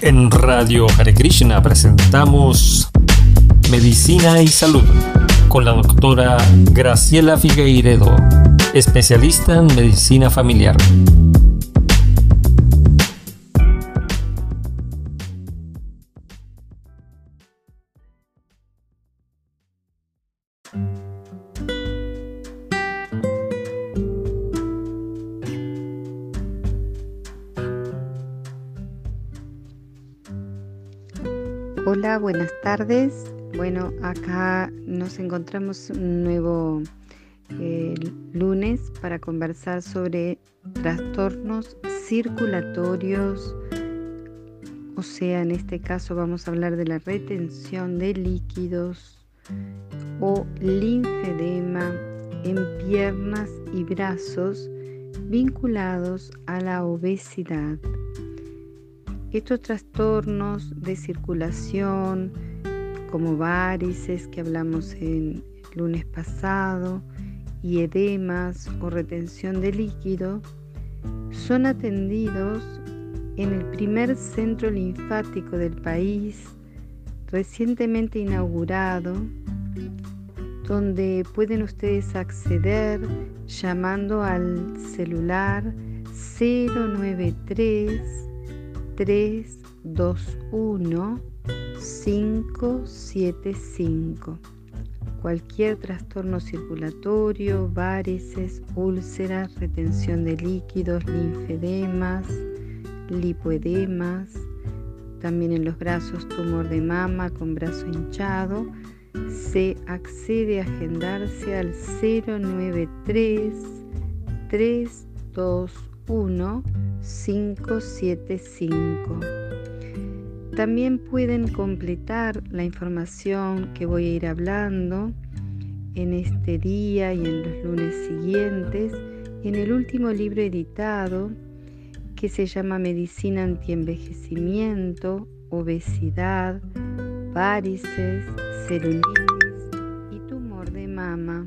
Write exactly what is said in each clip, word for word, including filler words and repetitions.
En Radio Hare Krishna presentamos Medicina y Salud con la doctora Graciela Figueiredo, especialista en medicina familiar. Hola, buenas tardes. Bueno, acá nos encontramos un nuevo eh, lunes para conversar sobre trastornos circulatorios, o sea, en este caso vamos a hablar de la retención de líquidos o linfedema en piernas y brazos vinculados a la obesidad. Estos trastornos de circulación, como varices que hablamos en el lunes pasado, y edemas o retención de líquido, son atendidos en el primer centro linfático del país, recientemente inaugurado, donde pueden ustedes acceder llamando al celular cero nueve tres, tres dos uno, cinco siete cinco. Cualquier trastorno circulatorio, varices, úlceras, retención de líquidos, linfedemas, lipoedemas, también en los brazos tumor de mama con brazo hinchado, se accede a agendarse al cero nueve tres, tres dos uno, cinco siete cinco. También pueden completar la información que voy a ir hablando en este día y en los lunes siguientes en el último libro editado que se llama Medicina Antienvejecimiento, Obesidad, Varices, Celulitis y Tumor de Mama.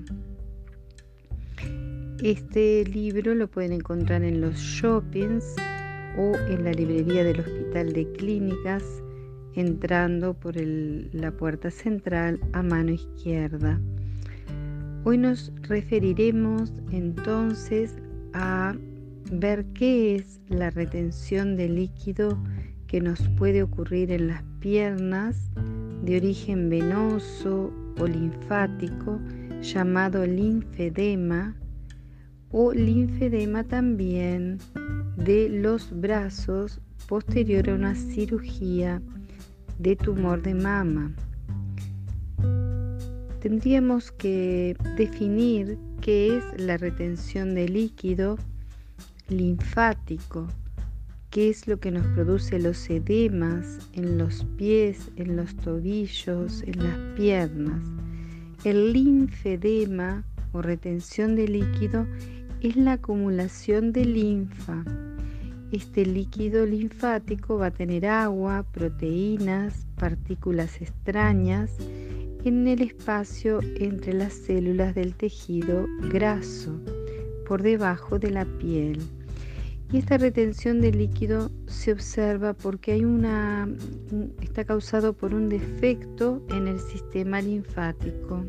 Este libro lo pueden encontrar en los shoppings o en la librería del Hospital de Clínicas, entrando por el, la puerta central a mano izquierda. Hoy nos referiremos entonces a ver qué es la retención de líquido que nos puede ocurrir en las piernas de origen venoso o linfático, llamado linfedema, o linfedema también de los brazos posterior a una cirugía de tumor de mama. Tendríamos que definir qué es la retención de líquido linfático, qué es lo que nos produce los edemas en los pies, en los tobillos, en las piernas. El linfedema o retención de líquido es la acumulación de linfa. Este líquido linfático va a tener agua, proteínas, partículas extrañas en el espacio entre las células del tejido graso, por debajo de la piel. Y esta retención de líquido se observa porque hay una, está causado por un defecto en el sistema linfático.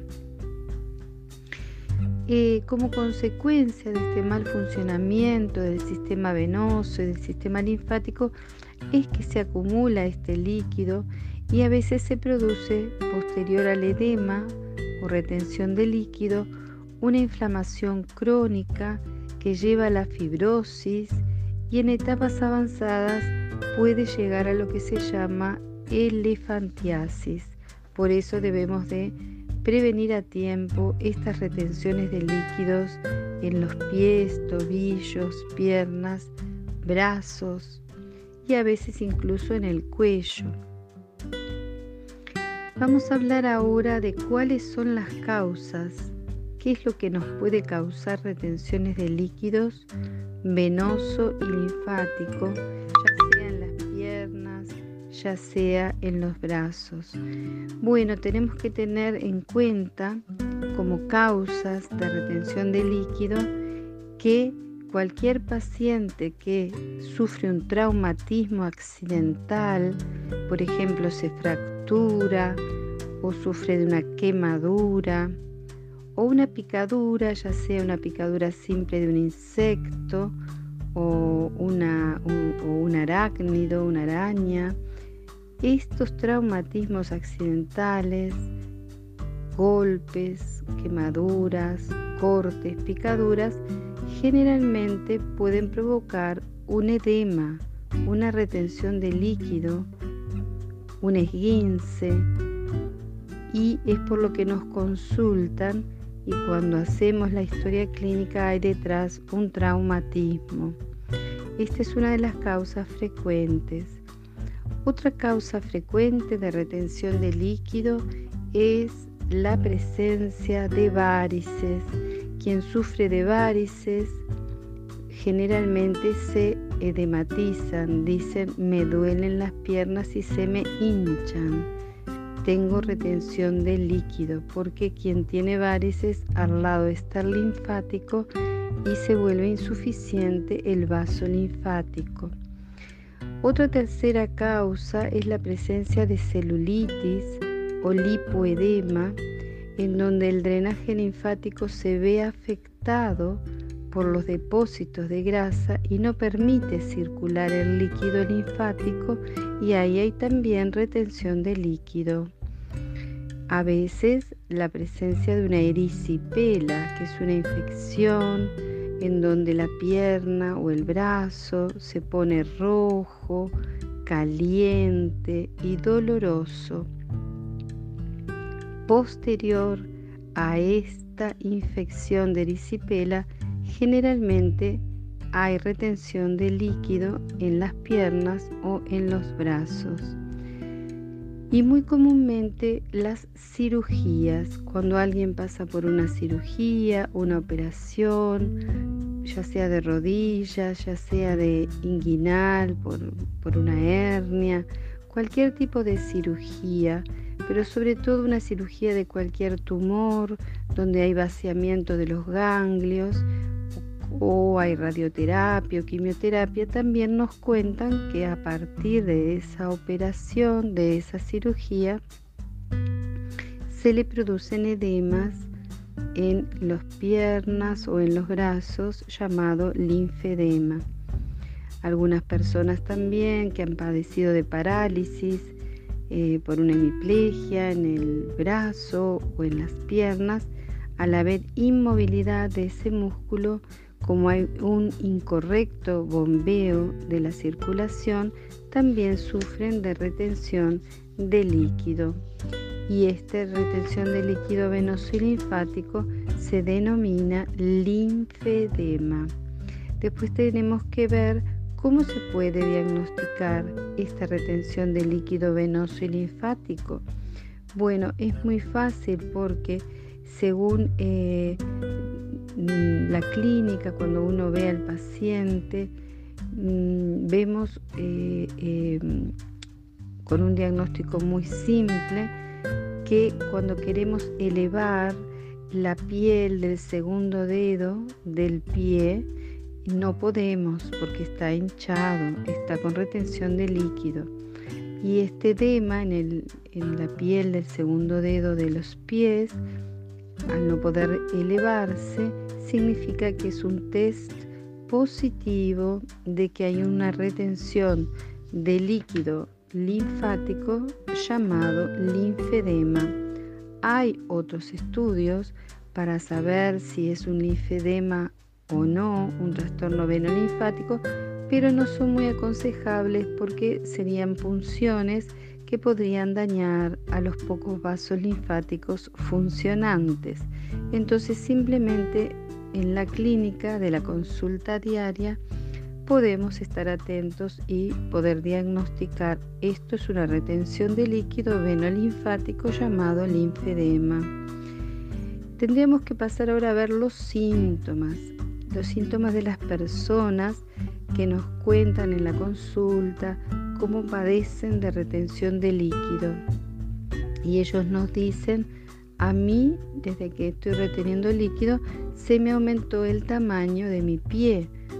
Eh, como consecuencia de este mal funcionamiento del sistema venoso y del sistema linfático es que se acumula este líquido y a veces se produce, posterior al edema o retención de líquido, una inflamación crónica que lleva a la fibrosis y en etapas avanzadas puede llegar a lo que se llama elefantiasis. Por eso debemos de prevenir a tiempo estas retenciones de líquidos en los pies, tobillos, piernas, brazos y a veces incluso en el cuello. Vamos a hablar ahora de cuáles son las causas, qué es lo que nos puede causar retenciones de líquidos venoso y linfático, ya sea en las piernas, ya sea en los brazos. Bueno, tenemos que tener en cuenta como causas de retención de líquido que cualquier paciente que sufre un traumatismo accidental, por ejemplo, se fractura o sufre de una quemadura o una picadura, ya sea una picadura simple de un insecto o, una, un, o un arácnido, una araña, estos traumatismos accidentales, golpes, quemaduras, cortes, picaduras, generalmente pueden provocar un edema, una retención de líquido, un esguince, y es por lo que nos consultan, y cuando hacemos la historia clínica hay detrás un traumatismo. Esta es una de las causas frecuentes. Otra causa frecuente de retención de líquido es la presencia de varices. Quien sufre de varices generalmente se edematizan, dicen me duelen las piernas y se me hinchan. Tengo retención de líquido, porque quien tiene varices al lado está el linfático y se vuelve insuficiente el vaso linfático. Otra tercera causa es la presencia de celulitis o lipoedema, en donde el drenaje linfático se ve afectado por los depósitos de grasa y no permite circular el líquido linfático, y ahí hay también retención de líquido. A veces la presencia de una erisipela, que es una infección en donde la pierna o el brazo se pone rojo, caliente y doloroso. Posterior a esta infección de erisipela, generalmente hay retención de líquido en las piernas o en los brazos. Y muy comúnmente las cirugías, cuando alguien pasa por una cirugía, una operación, ya sea de rodilla, ya sea de inguinal, por, por una hernia, cualquier tipo de cirugía, pero sobre todo una cirugía de cualquier tumor, donde hay vaciamiento de los ganglios, o hay radioterapia o quimioterapia, también nos cuentan que a partir de esa operación, de esa cirugía, se le producen edemas en las piernas o en los brazos, llamado linfedema. Algunas personas también que han padecido de parálisis eh, por una hemiplegia en el brazo o en las piernas, al haber inmovilidad de ese músculo, como hay un incorrecto bombeo de la circulación, también sufren de retención de líquido. Y esta retención de líquido venoso y linfático se denomina linfedema. Después tenemos que ver cómo se puede diagnosticar esta retención de líquido venoso y linfático. Bueno, es muy fácil porque según eh, la clínica, cuando uno ve al paciente, mmm, vemos eh, eh, con un diagnóstico muy simple que cuando queremos elevar la piel del segundo dedo del pie, no podemos porque está hinchado, está con retención de líquido. Y este edema en, el, en la piel del segundo dedo de los pies, al no poder elevarse, significa que es un test positivo de que hay una retención de líquido linfático llamado linfedema. Hay otros estudios para saber si es un linfedema o no, un trastorno venolinfático, pero no son muy aconsejables porque serían punciones que podrían dañar a los pocos vasos linfáticos funcionantes. Entonces, simplemente en la clínica de la consulta diaria podemos estar atentos y poder diagnosticar: esto es una retención de líquido venolinfático llamado linfedema. Tendríamos que pasar ahora a ver los síntomas, los síntomas de las personas que nos cuentan en la consulta cómo padecen de retención de líquido. Y ellos nos dicen: a mí, desde que estoy reteniendo líquido, se me aumentó el tamaño de mi pie.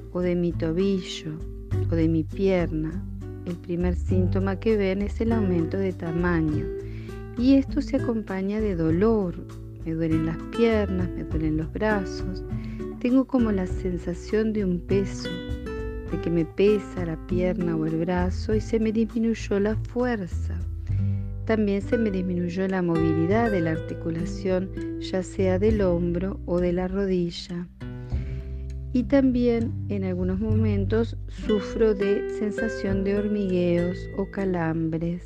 o de mi tobillo o de mi pierna, el primer síntoma que ven es el aumento de tamaño. Y esto se acompaña de dolor. Me duelen las piernas, me duelen los brazos. Tengo como la sensación de un peso, de que me pesa la pierna o el brazo y se me disminuyó la fuerza. También se me disminuyó la movilidad de la articulación, ya sea del hombro o de la rodilla. Y también en algunos momentos sufro de sensación de hormigueos o calambres.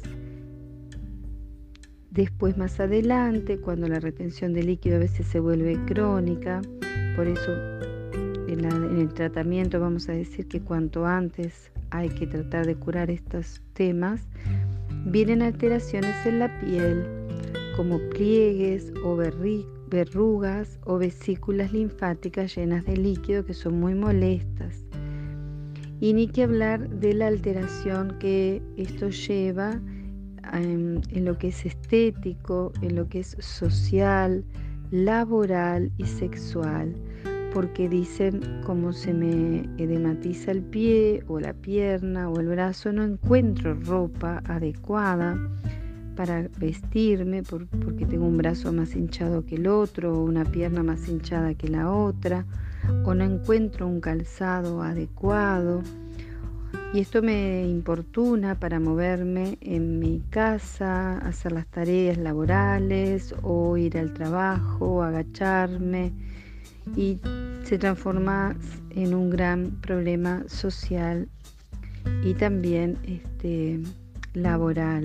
Después, más adelante, cuando la retención de líquido a veces se vuelve crónica, por eso en, la, en el tratamiento vamos a decir que cuanto antes hay que tratar de curar estos temas, vienen alteraciones en la piel, como pliegues o verrugas o vesículas linfáticas llenas de líquido que son muy molestas. Y ni que hablar de la alteración que esto lleva en, en lo que es estético, en lo que es social, laboral y sexual, porque dicen, como se me edematiza el pie o la pierna o el brazo, no encuentro ropa adecuada para vestirme por, porque tengo un brazo más hinchado que el otro o una pierna más hinchada que la otra, o no encuentro un calzado adecuado. Y esto me importuna para moverme en mi casa, hacer las tareas laborales o ir al trabajo, o agacharme, y se transforma en un gran problema social y también este, laboral.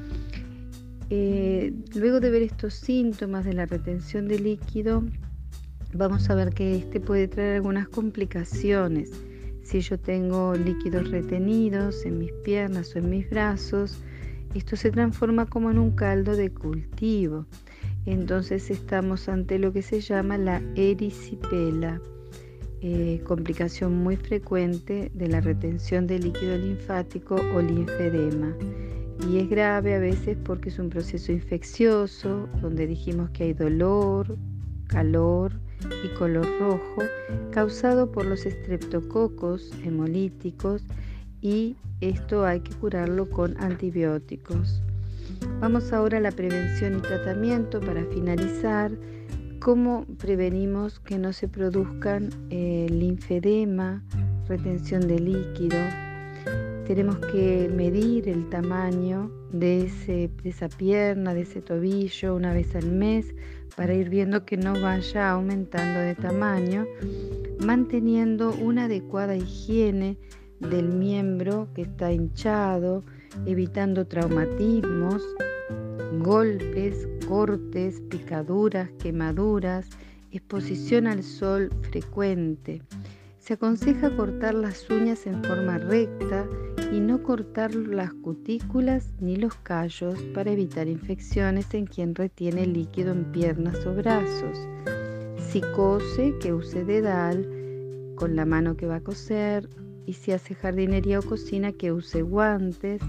Eh, luego de ver estos síntomas de la retención de líquido, vamos a ver que este puede traer algunas complicaciones. Si yo tengo líquidos retenidos en mis piernas o en mis brazos, esto se transforma como en un caldo de cultivo. Entonces estamos ante lo que se llama la erisipela, eh, complicación muy frecuente de la retención de líquido linfático o linfedema. Y es grave a veces porque es un proceso infeccioso, donde dijimos que hay dolor, calor y color rojo, causado por los estreptococos hemolíticos, y esto hay que curarlo con antibióticos. Vamos ahora a la prevención y tratamiento para finalizar. ¿Cómo prevenimos que no se produzcan eh, linfedema, retención de líquido? Tenemos que medir el tamaño de, ese, de esa pierna, de ese tobillo una vez al mes para ir viendo que no vaya aumentando de tamaño, manteniendo una adecuada higiene del miembro que está hinchado, evitando traumatismos, golpes, cortes, picaduras, quemaduras, exposición al sol frecuente. Se aconseja cortar las uñas en forma recta y no cortar las cutículas ni los callos para evitar infecciones en quien retiene líquido en piernas o brazos. Si cose, que use dedal con la mano que va a coser, y si hace jardinería o cocina, que use guantes,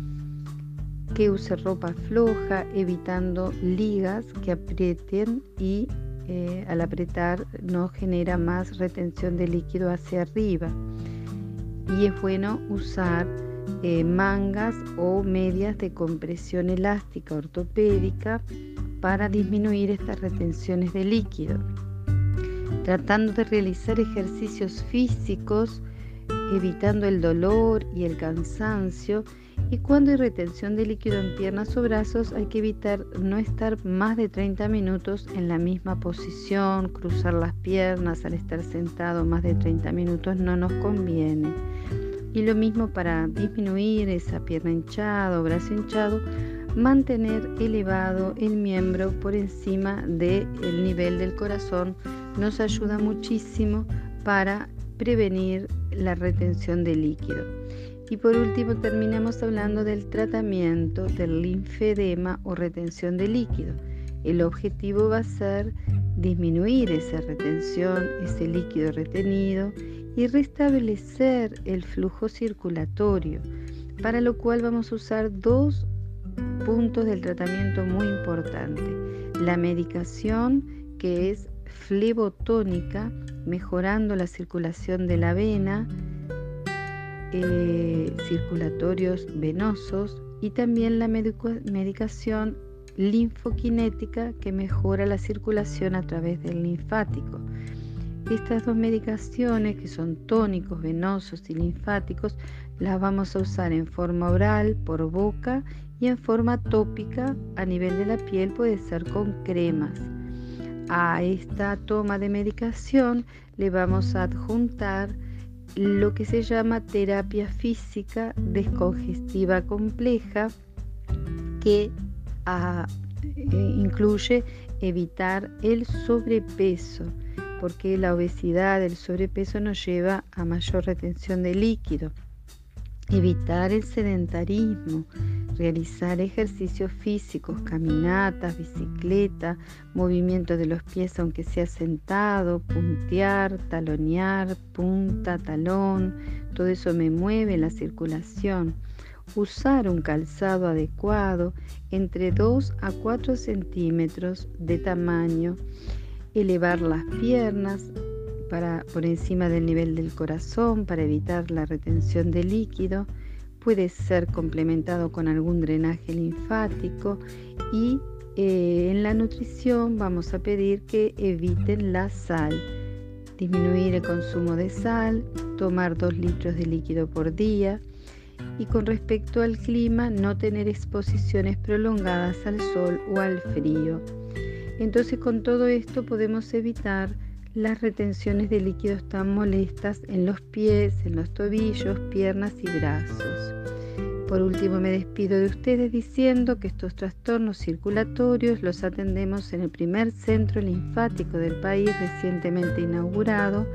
que use ropa floja, evitando ligas que aprieten y eh, al apretar no genera más retención de líquido hacia arriba. Y es bueno usar eh, mangas o medias de compresión elástica ortopédica para disminuir estas retenciones de líquido. Tratando de realizar ejercicios físicos, evitando el dolor y el cansancio. Y cuando hay retención de líquido en piernas o brazos, hay que evitar no estar más de treinta minutos en la misma posición, cruzar las piernas al estar sentado más de treinta minutos no nos conviene. Y lo mismo para disminuir esa pierna hinchada o brazo hinchado, mantener elevado el miembro por encima del nivel del corazón nos ayuda muchísimo para prevenir la retención de líquido. Y por último terminamos hablando del tratamiento del linfedema o retención de líquido. El objetivo va a ser disminuir esa retención, ese líquido retenido, y restablecer el flujo circulatorio, para lo cual vamos a usar dos puntos del tratamiento muy importantes. La medicación, que es flebotónica, mejorando la circulación de la vena, eh, circulatorios venosos y también la medica- medicación linfoquinética que mejora la circulación a través del linfático. Estas dos medicaciones, que son tónicos, venosos y linfáticos, las vamos a usar en forma oral, por boca, y en forma tópica a nivel de la piel, puede ser con cremas. A esta toma de medicación le vamos a adjuntar lo que se llama terapia física descongestiva compleja, que a, eh, incluye evitar el sobrepeso, porque la obesidad, el sobrepeso nos lleva a mayor retención de líquido. Evitar el sedentarismo, realizar ejercicios físicos, caminatas, bicicleta, movimiento de los pies aunque sea sentado, puntear, talonear, punta, talón, todo eso me mueve la circulación. Usar un calzado adecuado entre dos a cuatro centímetros de tamaño, elevar las piernas para, por encima del nivel del corazón para evitar la retención de líquido. Puede ser complementado con algún drenaje linfático y eh, en la nutrición vamos a pedir que eviten la sal, disminuir el consumo de sal, tomar dos litros de líquido por día. Y con respecto al clima, no tener exposiciones prolongadas al sol o al frío. Entonces, con todo esto podemos evitar las retenciones de líquidos tan molestas en los pies, en los tobillos, piernas y brazos. Por último, me despido de ustedes diciendo que estos trastornos circulatorios los atendemos en el primer centro linfático del país recientemente inaugurado,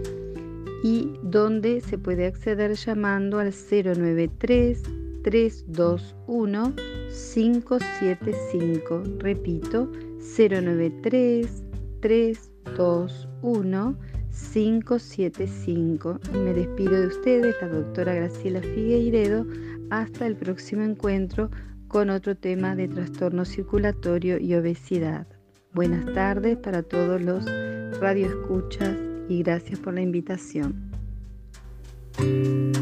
y donde se puede acceder llamando al cero nueve tres, tres dos uno, cinco siete cinco. Repito, cero nueve tres, tres dos uno, cinco siete cinco. Y me despido de ustedes, la doctora Graciela Figueiredo, hasta el próximo encuentro con otro tema de trastorno circulatorio y obesidad. Buenas tardes para todos los radioescuchas y gracias por la invitación.